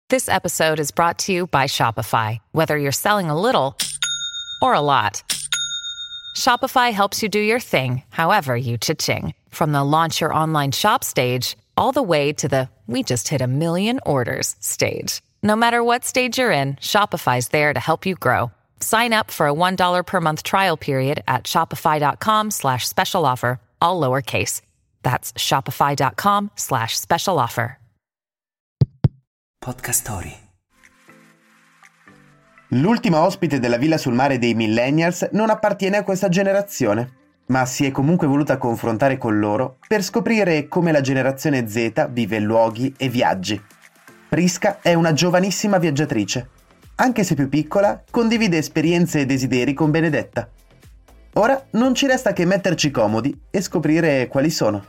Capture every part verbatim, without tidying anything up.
This episode is brought to you by Shopify. Whether you're selling a little or a lot, Shopify helps you do your thing, however you cha-ching. From the launch your online shop stage, all the way to the we just hit a million orders stage. No matter what stage you're in, Shopify's there to help you grow. Sign up for a one dollar per month trial period at shopify.com slash special offer, all lowercase. That's shopify.com slash special offer. Podcast Story. L'ultima ospite della Villa sul Mare dei Millennials non appartiene a questa generazione, ma si è comunque voluta confrontare con loro per scoprire come la generazione Z vive luoghi e viaggi. Prisca è una giovanissima viaggiatrice. Anche se più piccola, condivide esperienze e desideri con Benedetta. Ora non ci resta che metterci comodi e scoprire quali sono.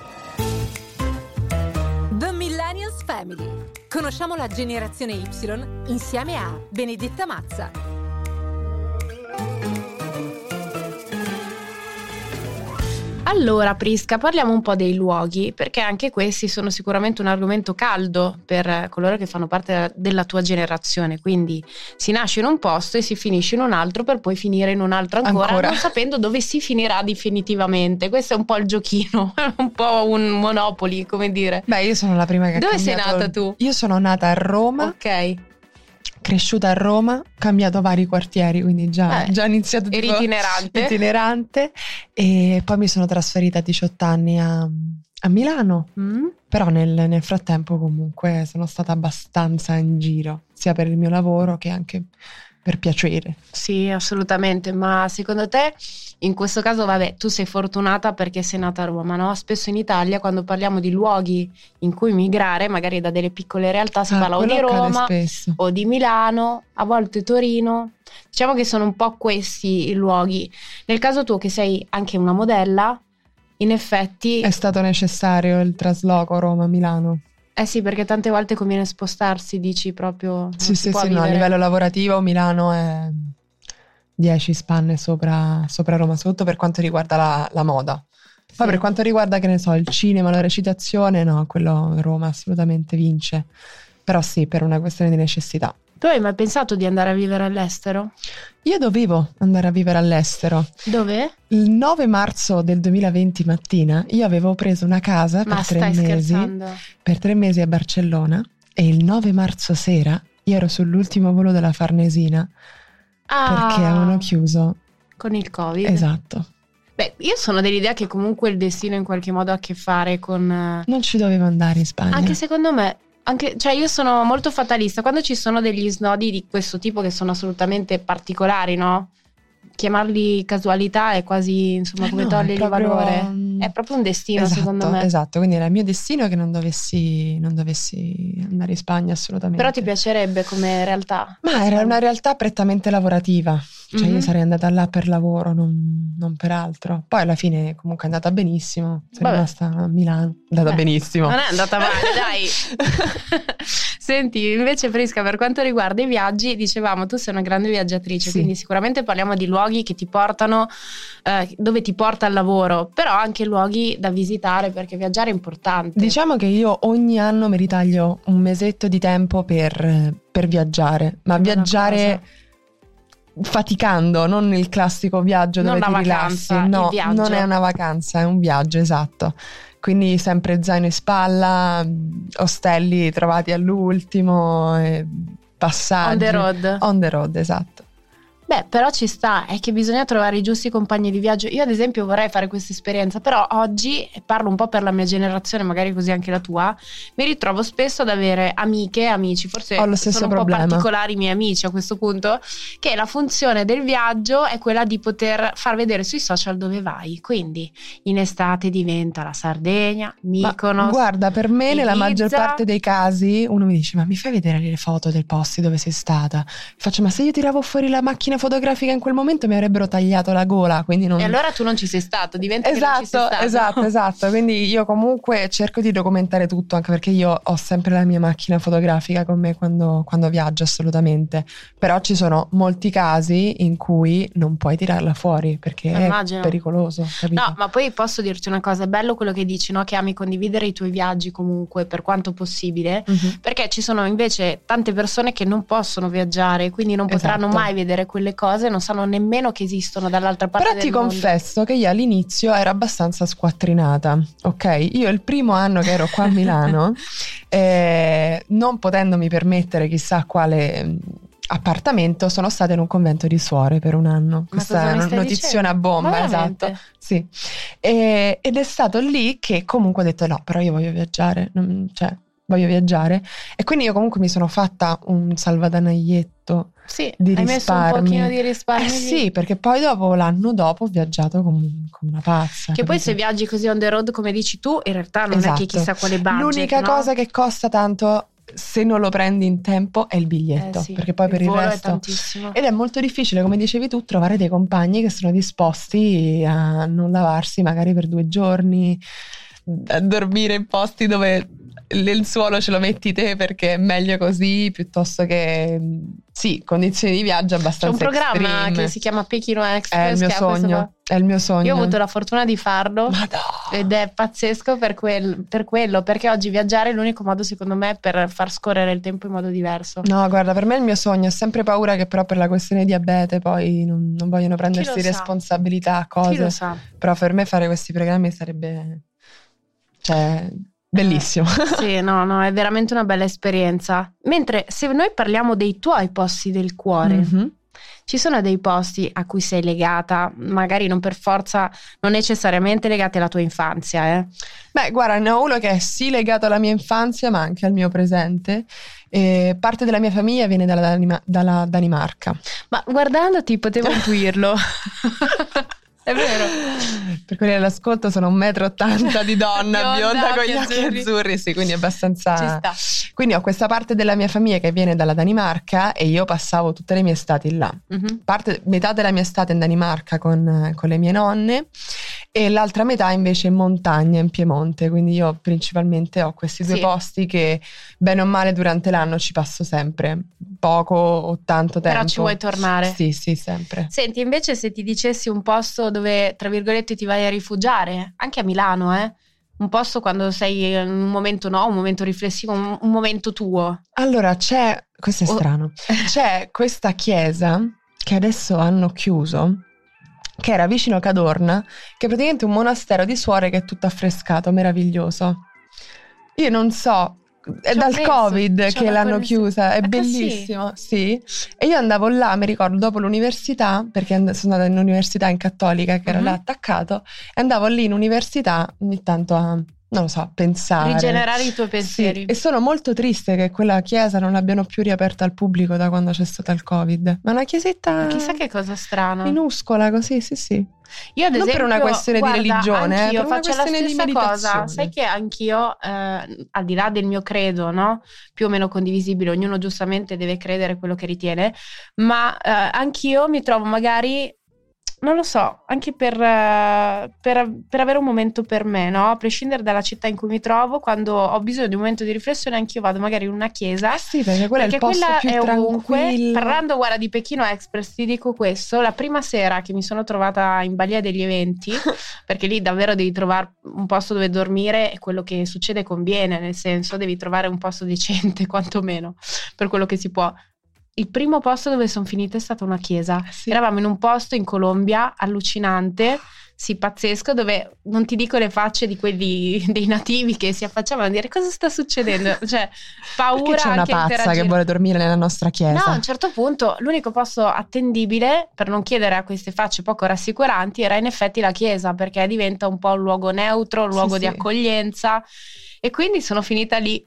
The Millennials Family. Conosciamo la generazione Y insieme a Benedetta Mazza. Allora, Prisca, parliamo un po' dei luoghi, perché anche questi sono sicuramente un argomento caldo per coloro che fanno parte della tua generazione. Quindi si nasce in un posto e si finisce in un altro per poi finire in un altro ancora, ancora. non sapendo dove si finirà definitivamente. Questo è un po' il giochino, un po' un Monopoly, come dire. Beh, io sono la prima che ha Dove cambiato... sei nata tu? Io sono nata a Roma. Ok. Cresciuta a Roma, cambiato vari quartieri, quindi già, eh, già iniziato tipo eri itinerante. itinerante e poi mi sono trasferita a diciotto anni a, a Milano, mm. però nel, nel frattempo comunque sono stata abbastanza in giro, sia per il mio lavoro che anche per piacere. Sì, assolutamente, ma secondo te in questo caso, vabbè, tu sei fortunata perché sei nata a Roma, no? Spesso in Italia quando parliamo di luoghi in cui migrare, magari da delle piccole realtà, si ah, parla o di Roma spesso. o di Milano, a volte Torino. Diciamo che sono un po' questi i luoghi. Nel caso tuo che sei anche una modella, in effetti... È stato necessario il trasloco Roma-Milano. Eh sì, perché tante volte conviene spostarsi, dici proprio... Sì, sì, sì, no, a livello lavorativo Milano è... dieci spanne sopra, sopra Roma, soprattutto per quanto riguarda la, la moda. Poi sì. Per quanto riguarda, che ne so, il cinema, la recitazione, no, quello Roma assolutamente vince. Però sì, per una questione di necessità. Tu hai mai pensato di andare a vivere all'estero? Io dovevo andare a vivere all'estero. Dove? Il nove marzo del duemilaventi mattina io avevo preso una casa Ma per tre stai mesi. scherzando? Per tre mesi a Barcellona e il nove marzo sera io ero sull'ultimo volo della Farnesina. Ah, perché avevano chiuso con il Covid. Esatto. Beh, io sono dell'idea che comunque il destino in qualche modo ha a che fare con... Non ci dovevo andare in Spagna. Anche secondo me, anche, cioè io sono molto fatalista. Quando ci sono degli snodi di questo tipo che sono assolutamente particolari, no? Chiamarli casualità è quasi, insomma, eh come no, togliergli proprio... valore. È proprio un destino, esatto, secondo me. Esatto, quindi era il mio destino che non dovessi, non dovessi andare in Spagna assolutamente. Però ti piacerebbe come realtà? Ma era una realtà prettamente lavorativa. Cioè mm-hmm. io sarei andata là per lavoro, non, non per altro. Poi alla fine comunque è andata benissimo. Sono Vabbè. rimasta a Milano. È andata Beh, benissimo. Non è andata male, dai. Senti, invece Prisca, per quanto riguarda i viaggi, dicevamo, tu sei una grande viaggiatrice, sì. Quindi sicuramente parliamo di luoghi che ti portano, eh, dove ti porta il lavoro, però anche luoghi da visitare, perché viaggiare è importante. Diciamo che io ogni anno mi ritaglio un mesetto di tempo per, per viaggiare, ma Che viaggiare faticando, non il classico viaggio dove non ti rilassi. Vacanza, no, il viaggio. non è una vacanza, è un viaggio, esatto. Quindi sempre zaino in spalla, ostelli trovati all'ultimo, e passaggi. On the road. On the road, esatto. Beh, però ci sta, è che bisogna trovare i giusti compagni di viaggio. Io ad esempio vorrei fare questa esperienza, però oggi, e parlo un po' per la mia generazione, magari così anche la tua, mi ritrovo spesso ad avere amiche, amici, forse Ho lo stesso sono un problema. po' particolari i miei amici a questo punto, che la funzione del viaggio è quella di poter far vedere sui social dove vai. Quindi in estate diventa la Sardegna, Mykonos. Ma guarda, per me Ibiza. Nella maggior parte dei casi uno mi dice: ma mi fai vedere le foto dei posti dove sei stata? Faccio: ma se io tiravo fuori la macchina fotografica in quel momento mi avrebbero tagliato la gola, quindi non... E allora tu non ci sei stato, diventa esatto, che non ci sei stato. Esatto, esatto, quindi io comunque cerco di documentare tutto, anche perché io ho sempre la mia macchina fotografica con me quando, quando viaggio, assolutamente, però ci sono molti casi in cui non puoi tirarla fuori perché Immagino. È pericoloso, capito? No, ma poi posso dirti una cosa, è bello quello che dici, no? Che ami condividere i tuoi viaggi comunque per quanto possibile, Mhm. perché ci sono invece tante persone che non possono viaggiare, quindi non potranno Esatto. mai vedere quelle cose, non sanno nemmeno che esistono dall'altra parte Però del ti mondo. confesso che io all'inizio ero abbastanza squattrinata, ok? Io il primo anno che ero qua a Milano, eh, non potendomi permettere chissà quale mh, appartamento, sono stata in un convento di suore per un anno. Questa cosa è mi una stai notizione a dicendo? bomba, Ma veramente? esatto. Sì. E- ed è stato lì che comunque ho detto no, però io voglio viaggiare, non- cioè voglio viaggiare. E quindi io comunque mi sono fatta un salvadanaglietto Sì, di hai messo un risparmi. pochino di risparmi Eh lì. sì, perché poi dopo l'anno dopo ho viaggiato come, come una pazza. Che poi capito? se viaggi così on the road come dici tu, in realtà non è Esatto. che chissà quale budget, L'unica no? cosa che costa tanto se non lo prendi in tempo è il biglietto, Eh sì, perché poi per il volo è resto tantissimo. ed è molto difficile, come dicevi tu, trovare dei compagni che sono disposti a non lavarsi magari per due giorni, a dormire in posti dove il lenzuolo ce lo metti te perché è meglio così, piuttosto che sì, condizioni di viaggio C'è un abbastanza programma extreme. che si chiama Pechino È Express, il mio che ha questo qua. sogno, è il mio sogno. Io ho avuto la fortuna di farlo. Madonna. Ed è pazzesco per, quel, per quello, perché oggi viaggiare è l'unico modo secondo me per far scorrere il tempo in modo diverso. No, guarda, per me è il mio sogno, ho sempre paura che però per la questione di diabete poi non, non vogliono prendersi Chi lo sa? responsabilità, Chi lo cose, sa? però per me fare questi programmi sarebbe, cioè, bellissimo. Sì, no, no, è veramente una bella esperienza. Mentre se noi parliamo dei tuoi posti del cuore, Mhm. ci sono dei posti a cui sei legata, magari non per forza, non necessariamente legati alla tua infanzia, eh? Beh, guarda, ne ho uno che è sì legato alla mia infanzia, ma anche al mio presente. E parte della mia famiglia viene dalla, Danima- dalla Danimarca. Ma guardandoti potevo intuirlo. È vero. Per quelli all'ascolto sono un metro e ottanta di donna, Bionda, bionda, con gli occhi occhi azzurri. azzurri, sì, quindi abbastanza... Ci sta. Quindi ho questa parte della mia famiglia che viene dalla Danimarca e io passavo tutte le mie estati là. Mhm. Parte, metà della mia estate in Danimarca con, con le mie nonne e l'altra metà invece in montagna, in Piemonte. Quindi io principalmente ho questi due Sì. posti che bene o male durante l'anno ci passo sempre, poco o tanto tempo. Però ci vuoi tornare. Sì, sì, sempre. Senti, invece se ti dicessi un posto dove, tra virgolette, ti vai a rifugiare, anche a Milano, eh? Un posto quando sei in un momento no, un momento riflessivo, un, un momento tuo. Allora c'è, questo è Oh. strano, c'è questa chiesa che adesso hanno chiuso, che era vicino a Cadorna, che è praticamente un monastero di suore che è tutto affrescato, meraviglioso. Io non so, è Ci ho dal penso, Covid ci ho che una l'hanno connessione. chiusa, è Ah, bellissimo, sì. E io andavo là, mi ricordo, dopo l'università, perché and- sono andata in università in cattolica che era Mhm. là attaccato, e andavo lì in università ogni tanto a, non lo so, pensare. Rigenerare i tuoi Sì, pensieri. e sono molto triste che quella chiesa non l'abbiano più riaperta al pubblico da quando c'è stato il Covid. Ma è una chiesetta Ma chissà che cosa strana. minuscola così, sì, sì. Io ad Non per esempio, una questione di guarda, religione, eh, anch'io per una faccio la questione di stessa cosa. meditazione. Sai che anch'io, eh, al di là del mio credo, no? Più o meno condivisibile, ognuno giustamente deve credere quello che ritiene, ma eh, anch'io mi trovo magari, non lo so, anche per, eh, per, per avere un momento per me, no? A prescindere dalla città in cui mi trovo, quando ho bisogno di un momento di riflessione, anch'io vado magari in una chiesa. Eh sì, perché quello Perché è il posto quella più è ovunque. tranquillo. Parlando, guarda, di Pechino Express, ti dico questo: la prima sera che mi sono trovata in balia degli eventi, perché lì davvero devi trovare un posto dove dormire e quello che succede conviene, nel senso devi trovare un posto decente quantomeno per quello che si può. Il primo posto dove sono finita è stata una chiesa. Sì. Eravamo in un posto in Colombia allucinante, sì, pazzesco, dove non ti dico le facce di quelli dei nativi che si affacciavano a dire cosa sta succedendo, cioè paura. Perché c'è una anche a pazza interagire. che vuole dormire nella nostra chiesa. No, a un certo punto l'unico posto attendibile per non chiedere a queste facce poco rassicuranti era in effetti la chiesa, perché diventa un po' un luogo neutro, un Sì, luogo sì. di accoglienza, e quindi sono finita lì.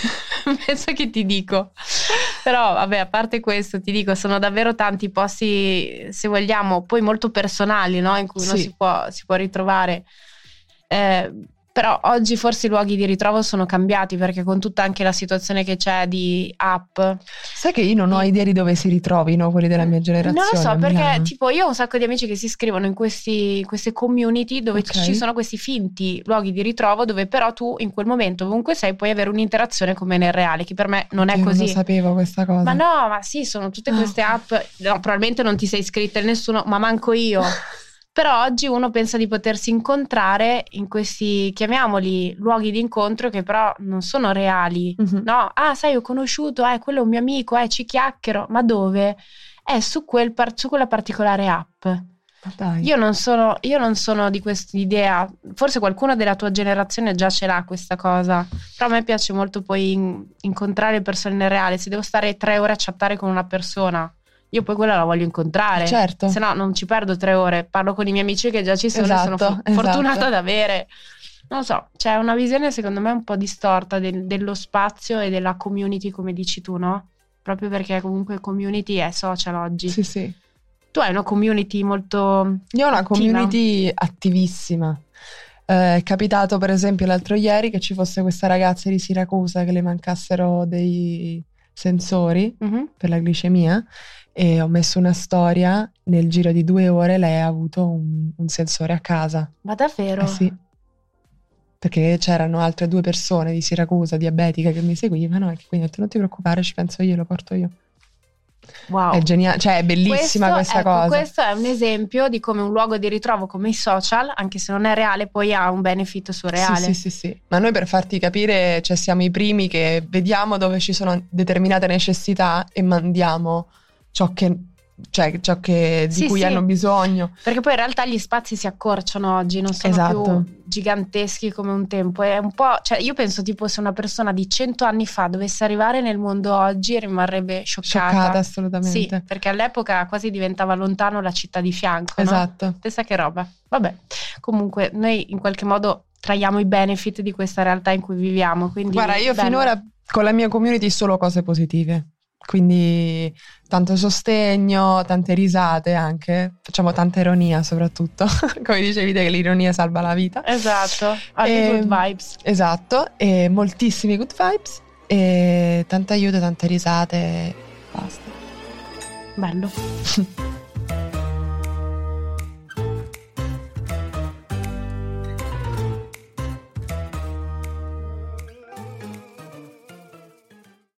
Penso che ti dico. Però vabbè, a parte questo ti dico, sono davvero tanti posti, se vogliamo, poi molto personali, no? In cui uno Sì. si può, si può ritrovare. Eh, Però oggi forse i luoghi di ritrovo sono cambiati, perché con tutta anche la situazione che c'è di app. Sai che io non ho idea di dove si ritrovino quelli della mia generazione. Non lo so, a perché Milano. tipo io ho un sacco di amici che si iscrivono in questi, queste community dove Ok. ci sono questi finti luoghi di ritrovo, dove però tu in quel momento, ovunque sei, puoi avere un'interazione come nel reale, che per me non è Io così. Non lo sapevo questa cosa. Ma no, ma sì, sono tutte queste app. No, probabilmente non ti sei iscritta in nessuno, ma manco io. Però oggi uno pensa di potersi incontrare in questi, chiamiamoli, luoghi di incontro che però non sono reali. Mhm. No, ah, sai, ho conosciuto, eh, quello è un mio amico, eh, ci chiacchiero. Ma dove? È su, quel par- su quella particolare app. Ma dai. Io non sono, io non sono di quest'idea. Forse qualcuno della tua generazione già ce l'ha questa cosa. Però a me piace molto poi in- incontrare persone nel reale. Se devo stare tre ore a chattare con una persona, io poi quella la voglio incontrare. Certo. Se no non ci perdo tre ore. Parlo con i miei amici che già ci sono Esatto, e sono fo- esatto. fortunata ad avere. Non lo so, c'è una visione secondo me un po' distorta del- dello spazio e della community, come dici tu, no? Proprio perché comunque community è social oggi. Sì, sì. Tu hai una community molto... Io ho una attiva. community attivissima. Eh, è capitato per esempio l'altro ieri che ci fosse questa ragazza di Siracusa che le mancassero dei sensori Mhm. per la glicemia e ho messo una storia, nel giro di due ore lei ha avuto un, un sensore a casa. Ma davvero? Eh sì, perché c'erano altre due persone di Siracusa diabetiche che mi seguivano e che quindi ho detto non ti preoccupare, ci penso io, lo porto io. Wow. È geniale, cioè è bellissima Questo, questa ecco, cosa. questo è un esempio di come un luogo di ritrovo come i social, anche se non è reale, poi ha un benefit surreale. Sì, sì, sì, sì. Ma noi per farti capire, cioè siamo i primi che vediamo dove ci sono determinate necessità e mandiamo ciò che, cioè, ciò che di Sì, cui sì. hanno bisogno. Perché poi in realtà gli spazi si accorciano oggi, non sono Esatto. più giganteschi come un tempo. È un po', cioè io penso tipo se una persona di cento anni fa dovesse arrivare nel mondo oggi rimarrebbe scioccata. Scioccata assolutamente. Sì, perché all'epoca quasi diventava lontano la città di fianco, no? Esatto. Pensa che roba. Vabbè, comunque noi in qualche modo traiamo i benefit di questa realtà in cui viviamo. Quindi, Guarda, io bello. finora con la mia community solo cose positive. Quindi tanto sostegno, tante risate anche, facciamo tanta ironia soprattutto, come dicevi te che l'ironia salva la vita. Esatto, only E- good vibes. Esatto, e moltissimi good vibes e tanto aiuto, tante risate, basta. Bello.